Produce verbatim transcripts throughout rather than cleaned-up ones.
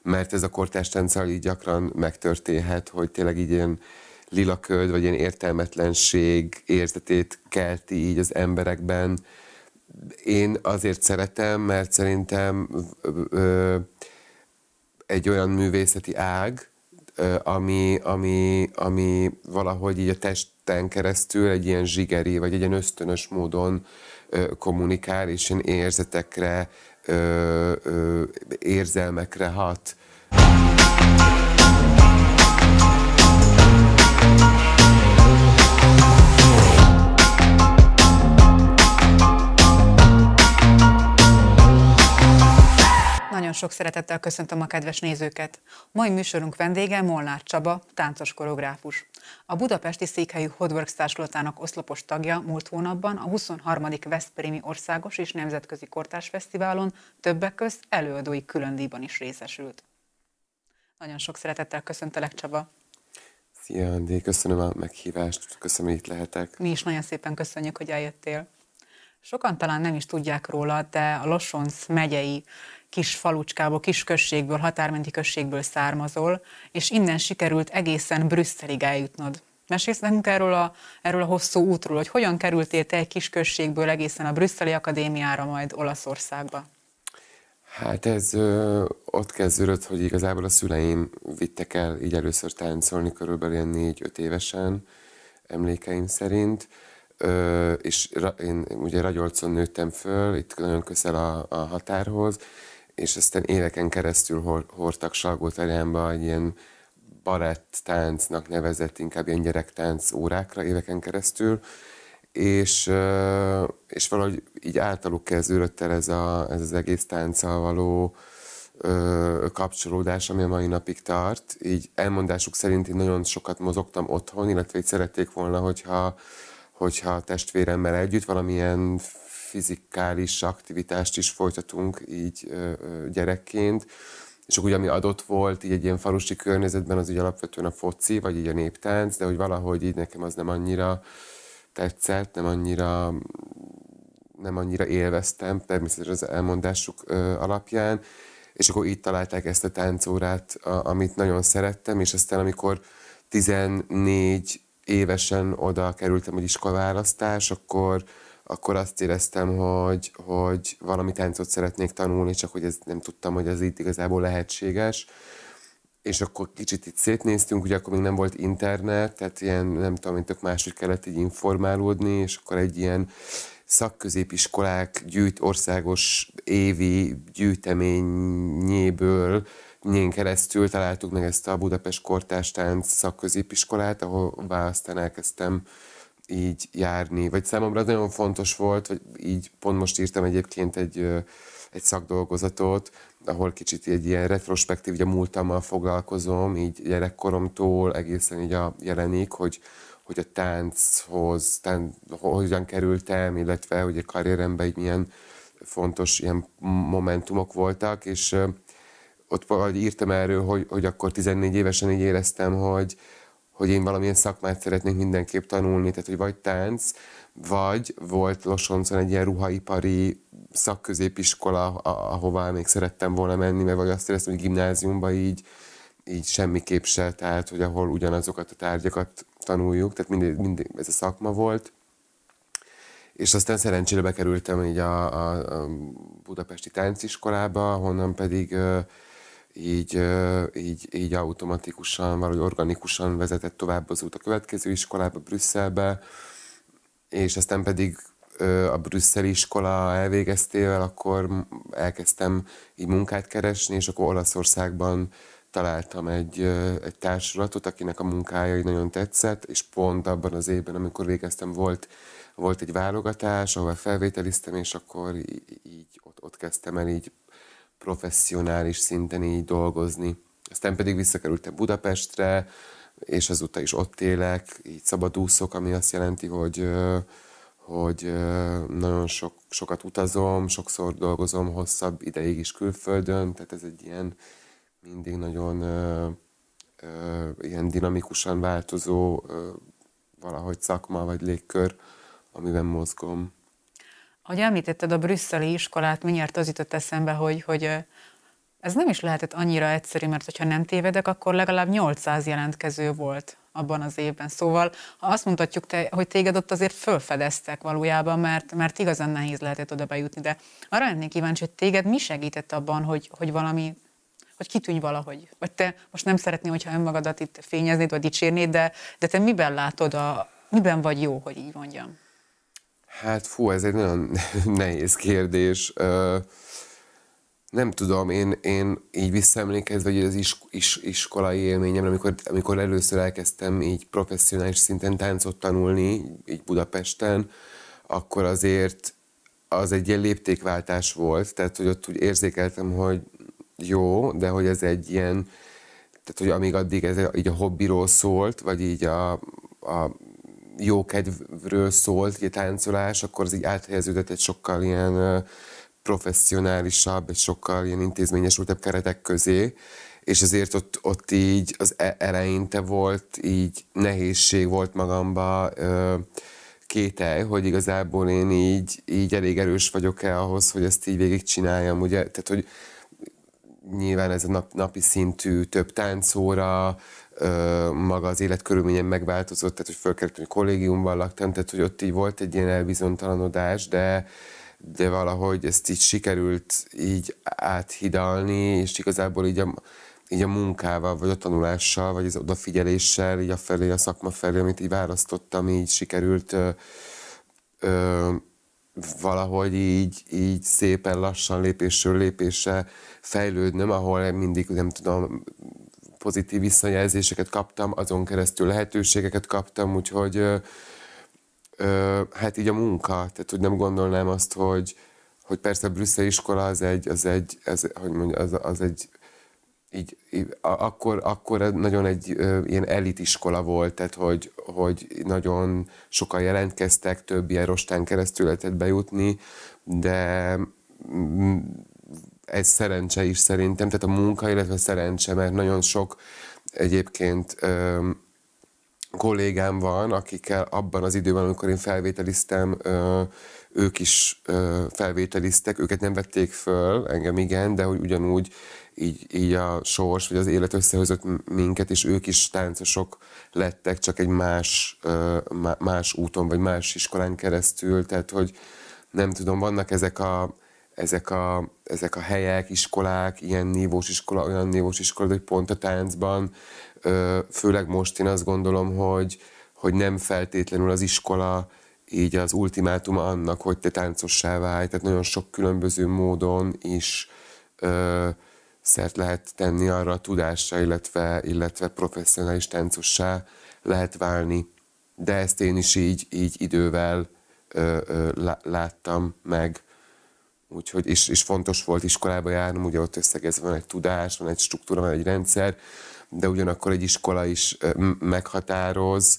mert ez a kortárs tánccal így gyakran megtörténhet, hogy tényleg így ilyen lila köd, vagy ilyen értelmetlenség érzetét kelti így az emberekben. Én azért szeretem, mert szerintem ö, egy olyan művészeti ág, ö, ami, ami, ami valahogy így a testen keresztül egy ilyen zsigeri, vagy egy ilyen ösztönös módon ö, kommunikál, és ilyen érzetekre, ö, ö, érzelmekre hat. Nagyon sok szeretettel köszöntöm a kedves nézőket. Mai műsorunk vendége Molnár Csaba, táncos koreográfus. A budapesti székhelyű Hotworks társulatának oszlopos tagja múlt hónapban a huszonharmadik Veszprémi Országos és Nemzetközi Kortárs Fesztiválon többek közt előadói különdíjban is részesült. Nagyon sok szeretettel köszöntelek, Csaba. Szia, Andi, köszönöm a meghívást, köszönöm, hogy itt lehetek. Mi is nagyon szépen köszönjük, hogy eljöttél. Sokan talán nem is tudják róla, de a Losonc megyei kis falucskából, kis községből, határmenti községből származol, és innen sikerült egészen Brüsszelig eljutnod. Mesélsz nekünk erről a, erről a hosszú útról, hogy hogyan kerültél te egy kis községből egészen a Brüsszeli Akadémiára, majd Olaszországba? Hát ez ö, ott kezdődött, hogy igazából a szüleim vittek el így először táncolni, körülbelül ilyen négy-öt évesen, emlékeim szerint. Ö, és ra, én ugye Ragyolcon nőttem föl, itt nagyon közel a, a határhoz, és aztán éveken keresztül hor, hordtak Salgótarjánba egy ilyen balett táncnak nevezett, inkább ilyen gyerektánc órákra éveken keresztül, és, ö, és valahogy így általuk kezdődött el ez, a, ez az egész tánccal való ö, kapcsolódás, ami a mai napig tart. Így elmondásuk szerint én nagyon sokat mozogtam otthon, illetve így szerették volna, hogyha hogyha a testvéremmel együtt valamilyen fizikális aktivitást is folytatunk így ö, ö, gyerekként. És akkor ugye, ami adott volt így egy ilyen falusi környezetben, az így alapvetően a foci, vagy így a néptánc, de hogy valahogy így nekem az nem annyira tetszett, nem annyira, nem annyira élveztem, természetesen az elmondásuk ö, alapján. És akkor így találták ezt a táncórát, a, amit nagyon szerettem, és aztán amikor tizennégy évesen oda kerültem, hogy iskolaválasztás, akkor, akkor azt éreztem, hogy, hogy valami táncot szeretnék tanulni, csak hogy ez, nem tudtam, hogy ez itt igazából lehetséges. És akkor kicsit itt szétnéztünk, ugye akkor még nem volt internet, tehát ilyen, nem tudom, mint tök máshogy kellett így informálódni, és akkor egy ilyen szakközépiskolák gyűjt, országos évi gyűjteményéből nyén keresztül találtuk meg ezt a Budapest Kortárs Tánc szakközépiskolát, ahová aztán elkezdtem így járni. Vagy számomra az nagyon fontos volt, hogy így pont most írtam egyébként egy, egy szakdolgozatot, ahol kicsit egy ilyen retrospektív, ugye múltammal foglalkozom, így gyerekkoromtól egészen így a jelenig, hogy, hogy a tánchoz, tán, hogyan kerültem, illetve hogy a karrieremben így milyen fontos ilyen momentumok voltak, és ott valahogy írtam erről, hogy, hogy akkor tizennégy évesen így éreztem, hogy, hogy én valamilyen szakmát szeretnék mindenképp tanulni, tehát hogy vagy tánc, vagy volt Losoncon egy ilyen ruhaipari szakközépiskola, ahová még szerettem volna menni, mert vagy azt éreztem, hogy gimnáziumban így, így semmiképp se, tehát hogy ahol ugyanazokat a tárgyakat tanuljuk, tehát mindig, mindig ez a szakma volt. És aztán szerencsére bekerültem így a, a, a budapesti tánciskolába, honnan pedig Így, így, így automatikusan, valahogy organikusan vezetett tovább az út a következő iskolába, Brüsszelbe, és aztán pedig a brüsszeli iskola elvégeztével, akkor elkezdtem így munkát keresni, és akkor Olaszországban találtam egy, egy társulatot, akinek a munkája így nagyon tetszett, és pont abban az évben, amikor végeztem, volt, volt egy válogatás, ahol felvételiztem, és akkor így, így ott, ott kezdtem el így professzionális szinten így dolgozni. Aztán pedig visszakerültem Budapestre, és azóta is ott élek, így szabadúszok, ami azt jelenti, hogy, hogy nagyon sok, sokat utazom, sokszor dolgozom hosszabb ideig is külföldön, tehát ez egy ilyen mindig nagyon ö, ö, ilyen dinamikusan változó ö, valahogy szakma vagy légkör, amiben mozgom. Ahogy említetted a brüsszeli iskolát, mindjárt az jutott eszembe, hogy, hogy Ez nem is lehetett annyira egyszerű, mert hogyha nem tévedek, akkor legalább nyolcszáz jelentkező volt abban az évben. Szóval, ha azt mondhatjuk, te, hogy téged ott azért fölfedeztek valójában, mert, mert igazán nehéz lehetett oda bejutni, de arra lennék kíváncsi, hogy téged mi segített abban, hogy, hogy valami, hogy kitűnj valahogy? Vagy te most nem szeretném, hogyha önmagadat itt fényeznéd, vagy dicsérnéd, de, de te miben látod, a, miben vagy jó, hogy így mondjam? Hát fú, ez egy nagyon nehéz kérdés. Nem tudom, én, én így visszaemlékezve, hogy az is, is, iskolai élményemre, amikor, amikor először elkezdtem így professzionális szinten táncot tanulni, így Budapesten, akkor azért az egy ilyen léptékváltás volt, tehát hogy ott úgy érzékeltem, hogy jó, de hogy ez egy ilyen, tehát hogy amíg addig ez így a hobbiról szólt, vagy így a, a jókedvről szólt, így a táncolás, akkor az így áthelyeződött egy sokkal ilyen professzionálisabb, egy sokkal ilyen intézményesültebb keretek közé, és ezért ott, ott így az eleinte volt, így nehézség volt magamba, kételj, hogy igazából én így, így elég erős vagyok-e ahhoz, hogy ezt így végigcsináljam, ugye? Tehát, hogy nyilván ez a nap, napi szintű több táncóra, maga az életkörülményem megváltozott, tehát, hogy fölkerültem, hogy kollégiumban laktam, tehát, hogy ott így volt egy ilyen elbizonytalanodás, de de valahogy ezt így sikerült így áthidalni, és igazából így a, így a munkával, vagy a tanulással, vagy az odafigyeléssel, így a felé, a szakma felé, amit így választottam, így sikerült ö, ö, valahogy így, így szépen lassan lépésről lépésre fejlődnöm, ahol mindig, nem tudom, pozitív visszajelzéseket kaptam, azon keresztül lehetőségeket kaptam, úgyhogy ö, Ö, hát így a munka, tehát hogy nem gondolnám azt, hogy, hogy persze a brüsszeli iskola az egy, az egy, az, hogy mondja, az, az egy, így, így akkor, akkor nagyon egy ö, ilyen elit iskola volt, tehát hogy, hogy nagyon sokan jelentkeztek, több ilyen rostán keresztül lehetett bejutni, de ez szerencse is szerintem, tehát a munka, illetve szerencse, mert nagyon sok egyébként ö, kollégám van, akikkel abban az időben, amikor én felvételiztem, ők is felvételiztek, őket nem vették föl, engem igen, de hogy ugyanúgy így, így a sors, vagy az élet összehozott minket, és ők is táncosok lettek, csak egy más, más úton, vagy más iskolán keresztül, tehát hogy nem tudom, vannak ezek a, ezek a, ezek a helyek, iskolák, ilyen nívós iskola, olyan nívós iskola, hogy pont a táncban, főleg most én azt gondolom, hogy, hogy nem feltétlenül az iskola így az ultimátuma annak, hogy te táncossá válj, tehát nagyon sok különböző módon is ö, szert lehet tenni arra a tudásra, illetve, illetve professzionális táncossá lehet válni. De ezt én is így, így idővel ö, ö, láttam meg. Úgyhogy, és, és fontos volt iskolába járnom, ugye ott összegezve van egy tudás, van egy struktúra, van egy rendszer, de ugyanakkor egy iskola is meghatároz,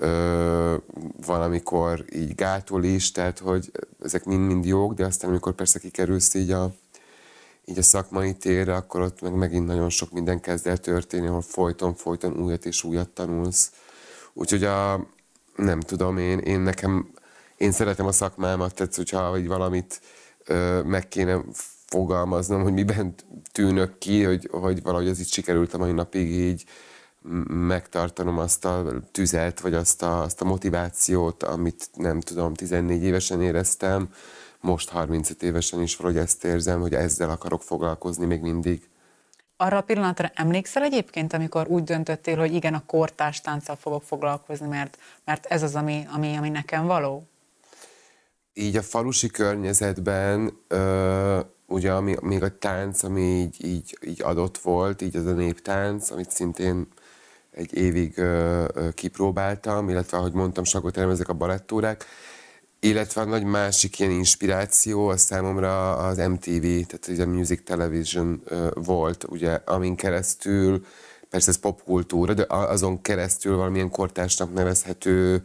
valamikor így gátol is, tehát hogy ezek mind-mind jók, de aztán amikor persze kikerülsz így a, így a szakmai térre, akkor ott meg megint nagyon sok minden kezd el történni, ahol folyton, folyton újat és újat tanulsz. Úgyhogy a, nem tudom, én, én nekem, én szeretem a szakmámat, tehát hogyha így valamit ö, meg kéne fogalmaznom, hogy miben tűnök ki, hogy, hogy valahogy az itt sikerült a mai napig így megtartanom azt a tüzet, vagy azt a, azt a motivációt, amit nem tudom, tizennégy évesen éreztem, most harmincöt évesen is valahogy ezt érzem, hogy ezzel akarok foglalkozni még mindig. Arra a pillanatra emlékszel egyébként, amikor úgy döntöttél, hogy igen, a kortárs tánccal fogok foglalkozni, mert, mert ez az, ami, ami, ami nekem való? Így a falusi környezetben ö, ugye ami, még a tánc, ami így, így, így adott volt, így az a néptánc, amit szintén egy évig ö, ö, kipróbáltam, illetve ahogy mondtam, Sagoterem, ezek a balettórák, illetve a nagy másik ilyen inspiráció a számomra az em té vé, tehát a Music Television ö, volt, ugye, amin keresztül, persze ez popkultúra, de azon keresztül valamilyen kortársnak nevezhető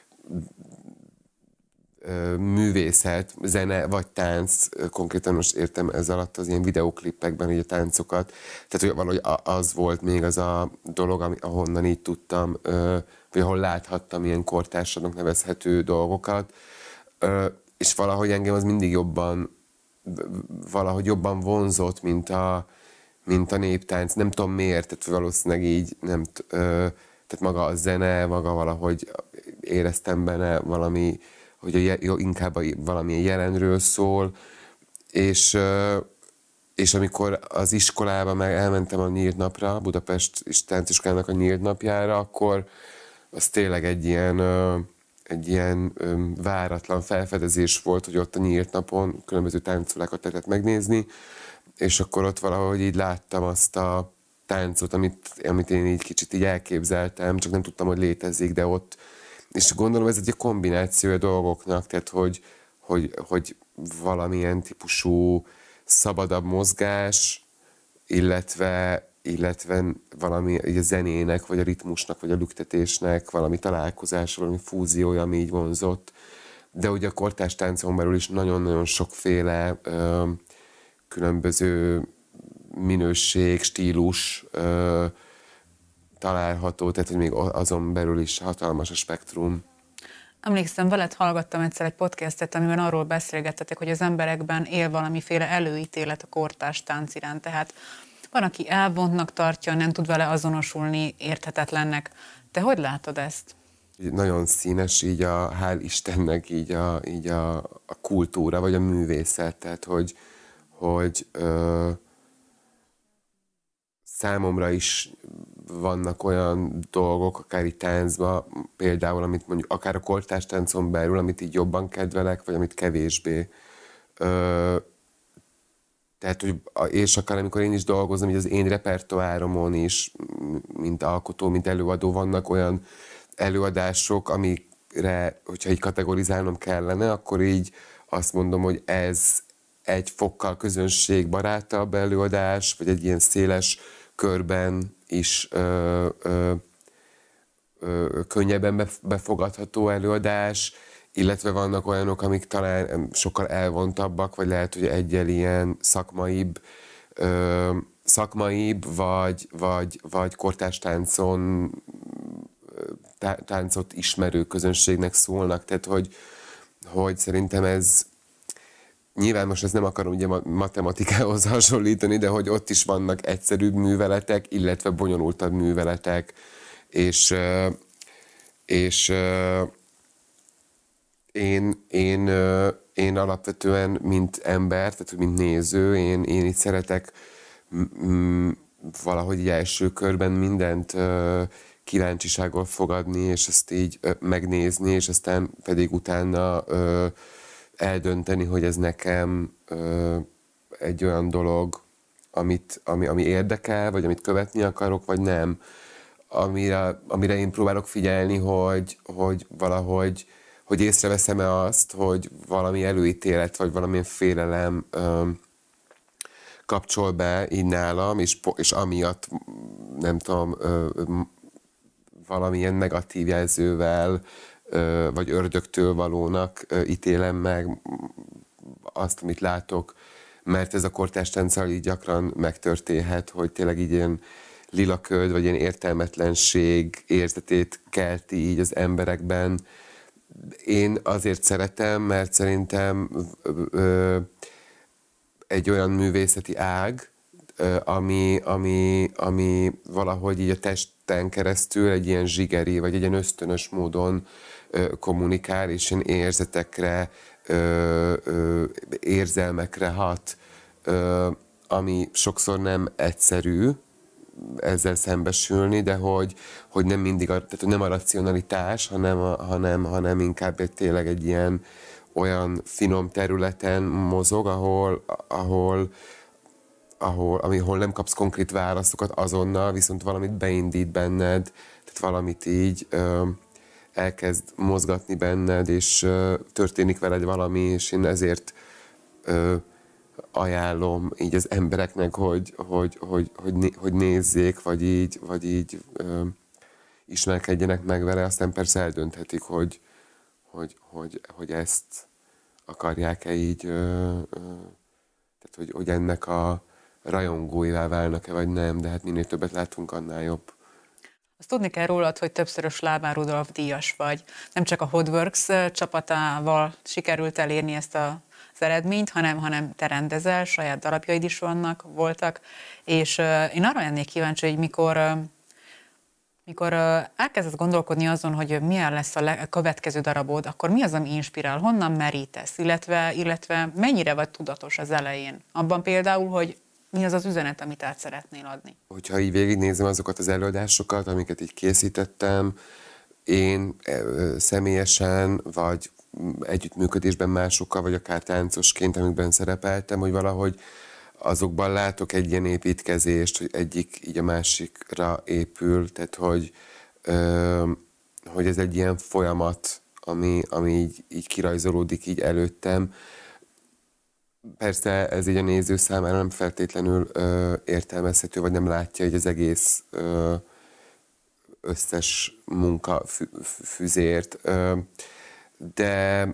művészet, zene vagy tánc, konkrétan most értem ez alatt az ilyen videóklippekben így a táncokat, tehát hogy valahogy az volt még az a dolog, ahonnan így tudtam, vagy ahol láthattam ilyen kortársadnak nevezhető dolgokat, és valahogy engem az mindig jobban, valahogy jobban vonzott, mint a, mint a néptánc. Nem tudom miért, tehát valószínűleg így, nem, ö, tehát maga a zene, maga valahogy éreztem benne valami, hogy a, jó, inkább a, valamilyen jelenről szól, és, ö, és amikor az iskolába meg elmentem a nyílt napra, Budapest tánciskolának a nyílt napjára, akkor az tényleg egy ilyen, ö, egy ilyen ö, váratlan felfedezés volt, hogy ott a nyílt napon különböző táncolákat lehetett megnézni, és akkor ott valahogy így láttam azt a táncot, amit, amit én így kicsit így elképzeltem, csak nem tudtam, hogy létezik, de ott, és gondolom ez egy kombinációja dolgoknak, tehát hogy, hogy, hogy valamilyen típusú szabadabb mozgás, illetve, illetve valami a zenének, vagy a ritmusnak, vagy a lüktetésnek valami találkozás, valami fúziója, ami így vonzott. De ugye a kortárs táncon belül is nagyon-nagyon sokféle ö, különböző minőség, stílus ö, található, tehát hogy még azon belül is hatalmas a spektrum. Emlékszem, veled hallgattam egyszer egy podcastet, amiben arról beszélgettetek, hogy az emberekben él valamiféle előítélet a kortárs tánc iránt. Tehát van, aki elvontnak tartja, nem tud vele azonosulni, érthetetlennek. Te hogy látod ezt? Nagyon színes így a, hál' Istennek így a, így a, a kultúra, vagy a művészet, tehát hogy, hogy ö, számomra is vannak olyan dolgok, akár itt táncban, például, amit mondjuk akár a kortárs táncon belül, amit így jobban kedvelek, vagy amit kevésbé. Ö, tehát, hogy, és akár amikor én is dolgozom, így az én repertoáromon is, mint alkotó, mint előadó, vannak olyan előadások, amikre, hogyha így kategorizálnom kellene, akkor így azt mondom, hogy ez egy fokkal közönségbarátabb előadás, vagy egy ilyen széles körben is ö, ö, ö, könnyebben befogadható előadás, illetve vannak olyanok, amik talán sokkal elvontabbak, vagy lehet, hogy egyel ilyen szakmaibb, ö, szakmaibb, vagy, vagy, vagy kortárs táncon táncot ismerő közönségnek szólnak, tehát hogy, hogy szerintem ez nyilván most ezt nem akarom ugye matematikához hasonlítani, de hogy ott is vannak egyszerűbb műveletek, illetve bonyolultabb műveletek, és, és én, én, én alapvetően, mint ember, tehát mint néző, én, én itt szeretek valahogy így első körben mindent kíváncsisággal fogadni, és ezt így megnézni, és aztán pedig utána eldönteni, hogy ez nekem ö, egy olyan dolog, amit, ami, ami érdekel, vagy amit követni akarok, vagy nem. Amire, amire én próbálok figyelni, hogy, hogy valahogy, hogy észreveszem-e azt, hogy valami előítélet, vagy valamilyen félelem ö, kapcsol be így nálam, és, és amiatt, nem tudom, ö, valamilyen negatív jelzővel, vagy ördögtől valónak ítélem meg azt, amit látok, mert ez a kortárs tánccal így gyakran megtörténhet, hogy tényleg így ilyen lilaköd, vagy ilyen értelmetlenség érzetét kelti így az emberekben. Én azért szeretem, mert szerintem ö, egy olyan művészeti ág, ö, ami, ami, ami valahogy így a testen keresztül egy ilyen zsigeri, vagy egy ilyen ösztönös módon kommunikál, és ilyen érzetekre, ö, ö, érzelmekre hat, ö, ami sokszor nem egyszerű ezzel szembesülni, de hogy, hogy nem mindig, a, tehát nem a racionalitás, hanem, a, hanem, hanem inkább egy, tényleg egy ilyen olyan finom területen mozog, ahol, ahol, ahol, ahol nem kapsz konkrét válaszokat azonnal, viszont valamit beindít benned, tehát valamit így ö, elkezd mozgatni benned, és uh, történik veled valami, és én ezért uh, ajánlom így az embereknek, hogy, hogy, hogy, hogy, né, hogy nézzék, vagy így, vagy így uh, ismerkedjenek meg vele, aztán persze eldönthetik, hogy, hogy, hogy, hogy ezt akarják-e így, uh, uh, tehát hogy, hogy ennek a rajongóivá válnak-e, vagy nem, de hát minél többet látunk, annál jobb. Azt tudni kell rólad, hogy többszörös Lábán Rudolf díjas vagy. Nem csak a Hotworks csapatával sikerült elérni ezt a az eredményt, hanem, hanem te rendezel, saját darabjaid is vannak, voltak, és uh, én arra lennék kíváncsi, hogy mikor, uh, mikor uh, elkezdesz gondolkodni azon, hogy milyen lesz a, le- a következő darabod, akkor mi az, ami inspirál, honnan merítesz, illetve, illetve mennyire vagy tudatos az elején? Abban például, hogy mi az az üzenet, amit át szeretnél adni? Hogyha így végignézem azokat az előadásokat, amiket így készítettem, én ö, személyesen, vagy együttműködésben másokkal, vagy akár táncosként, amikben szerepeltem, hogy valahogy azokban látok egy ilyen építkezést, hogy egyik így a másikra épül, tehát hogy, ö, hogy ez egy ilyen folyamat, ami, ami így, így kirajzolódik így előttem. Persze ez így a néző számára nem feltétlenül ö, értelmezhető, vagy nem látja így az egész ö, összes munka fü, füzért. Ö, de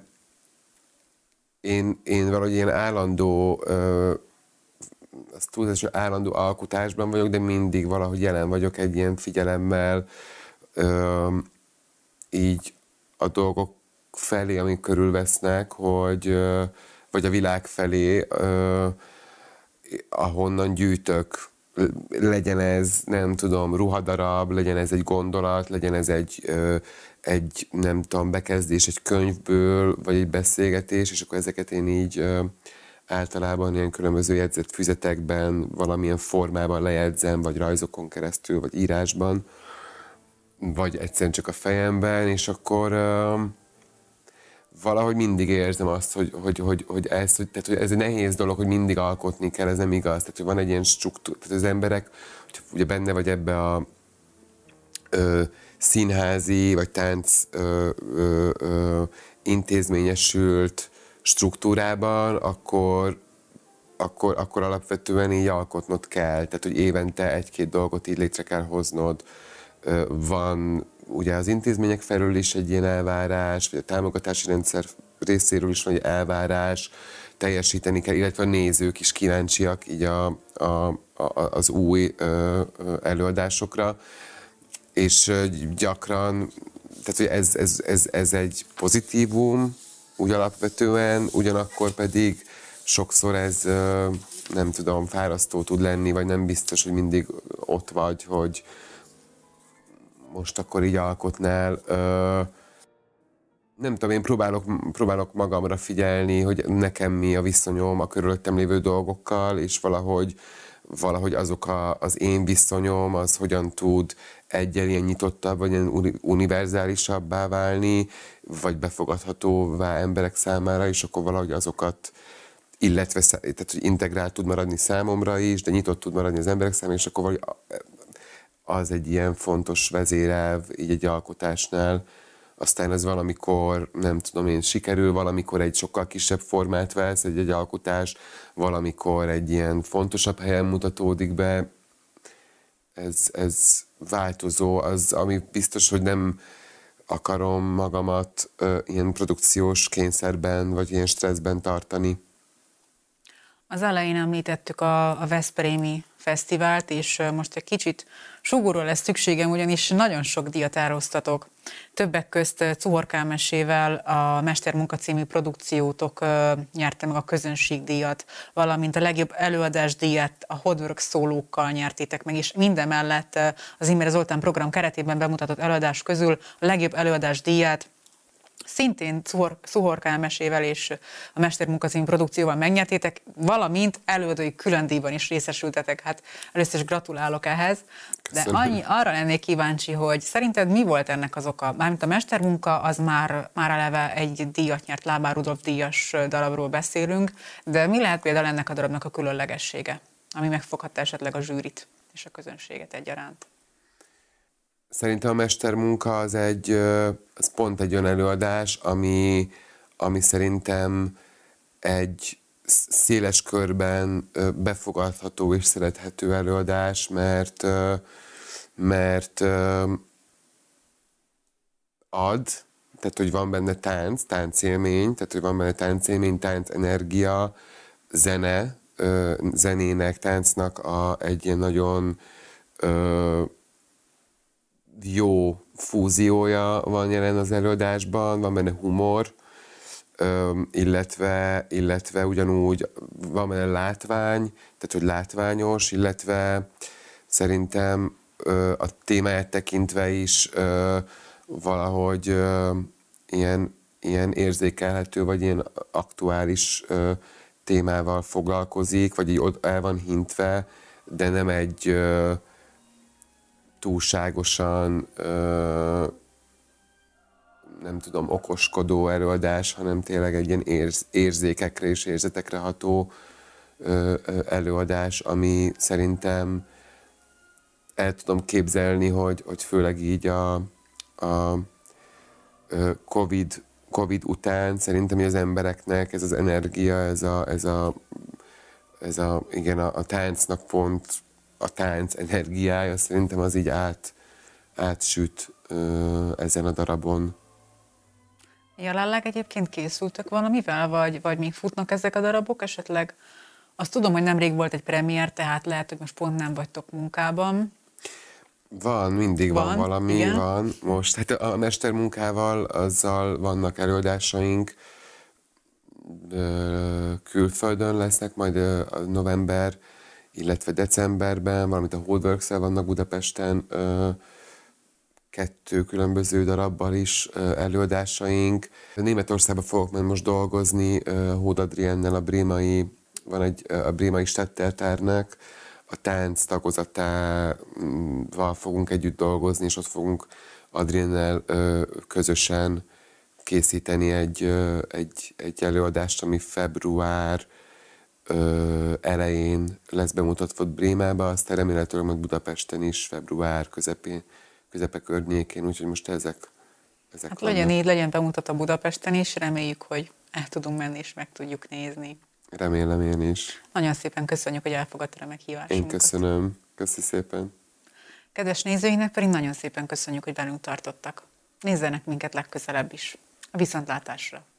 én, én valahogy ilyen állandó, ö, az túlzás, hogy állandó alkotásban vagyok, de mindig valahogy jelen vagyok egy ilyen figyelemmel, ö, így a dolgok felé, amik körülvesznek, hogy ö, vagy a világ felé, ö, ahonnan gyűjtök. Legyen ez, nem tudom, ruhadarab, legyen ez egy gondolat, legyen ez egy, ö, egy nem tudom, bekezdés egy könyvből, vagy egy beszélgetés, és akkor ezeket én így ö, általában ilyen különböző jegyzett füzetekben, valamilyen formában lejegyzem, vagy rajzokon keresztül, vagy írásban, vagy egyszerűen csak a fejemben, és akkor ö, valahogy mindig érzem azt, hogy, hogy, hogy, hogy, ez, hogy, tehát, hogy ez egy nehéz dolog, hogy mindig alkotni kell, ez nem igaz. Tehát, hogy van egy ilyen struktúra, tehát az emberek, hogy ugye benne vagy ebbe a ö, színházi, vagy tánc ö, ö, ö, intézményesült struktúrában, akkor, akkor, akkor alapvetően így alkotnod kell. Tehát, hogy évente egy-két dolgot így létre kell hoznod. Ö, van ugye az intézmények felől is egy ilyen elvárás, vagy a támogatási rendszer részéről is van egy elvárás, teljesíteni kell, illetve a nézők is kíváncsiak így a, a, a, az új ö, ö, előadásokra, és ö, gyakran, tehát hogy ez, ez, ez, ez egy pozitívum, úgy alapvetően, ugyanakkor pedig sokszor ez, ö, nem tudom, fárasztó tud lenni, vagy nem biztos, hogy mindig ott vagy, hogy most akkor így alkotnál. Ö, nem tudom, én próbálok, próbálok magamra figyelni, hogy nekem mi a viszonyom a körülöttem lévő dolgokkal, és valahogy, valahogy azok a, az én viszonyom, az hogyan tud egyel ilyen nyitottabb, vagy ilyen univerzálisabbá válni, vagy befogadhatóvá emberek számára, és akkor valahogy azokat, illetve tehát, hogy integrált tud maradni számomra is, de nyitott tud maradni az emberek számára, és akkor valahogy az egy ilyen fontos vezérelv így egy alkotásnál. Aztán ez valamikor, nem tudom én, sikerül, valamikor egy sokkal kisebb formát vesz egy, egy alkotás, valamikor egy ilyen fontosabb helyen mutatódik be. Ez, ez változó, az, ami biztos, hogy nem akarom magamat ö, ilyen produkciós kényszerben, vagy ilyen stresszben tartani. Az elején említettük a, a Veszprémi Fesztivált, és most egy kicsit sugóról lesz szükségem, ugyanis nagyon sok díjat árosztatok. Többek közt Czuhor Kálmesével a Mestermunka című produkciótok nyerte meg a közönségdíjat, valamint a legjobb előadás díjat a Hodwork szólókkal nyertétek meg, és mindemellett az Imre Zoltán program keretében bemutatott előadás közül a legjobb előadás díját szintén Czuhor Kálmesével és a Mestermunka című produkcióval megnyertétek, valamint előadói külön díjban is részesültetek. Hát először is gratulálok ehhez. De annyi, arra lennék kíváncsi, hogy szerinted mi volt ennek az oka? Mármint a Mestermunka az már, már eleve egy díjat nyert, Lábár Rudolf díjas darabról beszélünk, de mi lehet például ennek a darabnak a különlegessége, ami megfoghatta esetleg a zsűrit és a közönséget egyaránt? Szerintem a Mestermunka az egy, az pont egy olyan előadás, ami, ami szerintem egy széles körben befogadható és szerethető előadás, mert, mert ad, tehát hogy van benne tánc, táncélmény, tehát hogy van benne táncélmény, táncenergia, zene, zenének, táncnak a, egy ilyen nagyon jó fúziója van jelen az előadásban, van benne humor, illetve, illetve ugyanúgy van benne látvány, tehát hogy látványos, illetve szerintem a témáját tekintve is valahogy ilyen, ilyen érzékelhető, vagy ilyen aktuális témával foglalkozik, vagy így el van hintve, de nem egy túlságosan nem tudom, okoskodó előadás, hanem tényleg egy ilyen érz, érzékekre és érzetekre ható ö, ö, előadás, ami szerintem el tudom képzelni, hogy, hogy főleg így a, a COVID, COVID után szerintem az embereknek ez az energia, ez a, ez a, ez a igen, a, a táncnak pont a tánc energiája, szerintem az így át, átsüt ö, ezen a darabon. Jelenleg egyébként készültök valamivel, vagy, vagy még futnak ezek a darabok esetleg? Azt tudom, hogy nemrég volt egy premier, tehát lehet, hogy most pont nem vagytok munkában. Van, mindig van, van valami, igen. van. Most hát a mestermunkával, azzal vannak előadásaink, külföldön lesznek, majd a november, illetve decemberben, valamint a Holdworks-el vannak Budapesten, kettő különböző darabbal is előadásaink. Németországban fogok majd most dolgozni, Hód Adriennel, a brémai, van egy a brémai Stadttheaternek, a tánc tagozatával fogunk együtt dolgozni, és ott fogunk Adriennel közösen készíteni egy, egy, egy előadást, ami február elején lesz bemutatva Brémába, aztán remélhetőleg majd Budapesten is február közepén, közepe környékén, úgyhogy most ezek, ezek Hát vannak. legyen így, legyen bemutatva Budapesten is, reméljük, hogy el tudunk menni és meg tudjuk nézni. Remélem én is. Nagyon szépen köszönjük, hogy elfogadtad a meghívásunkat. Én köszönöm. Köszi szépen. Kedves nézőinek pedig nagyon szépen köszönjük, hogy velünk tartottak. Nézzenek minket legközelebb is. A viszontlátásra!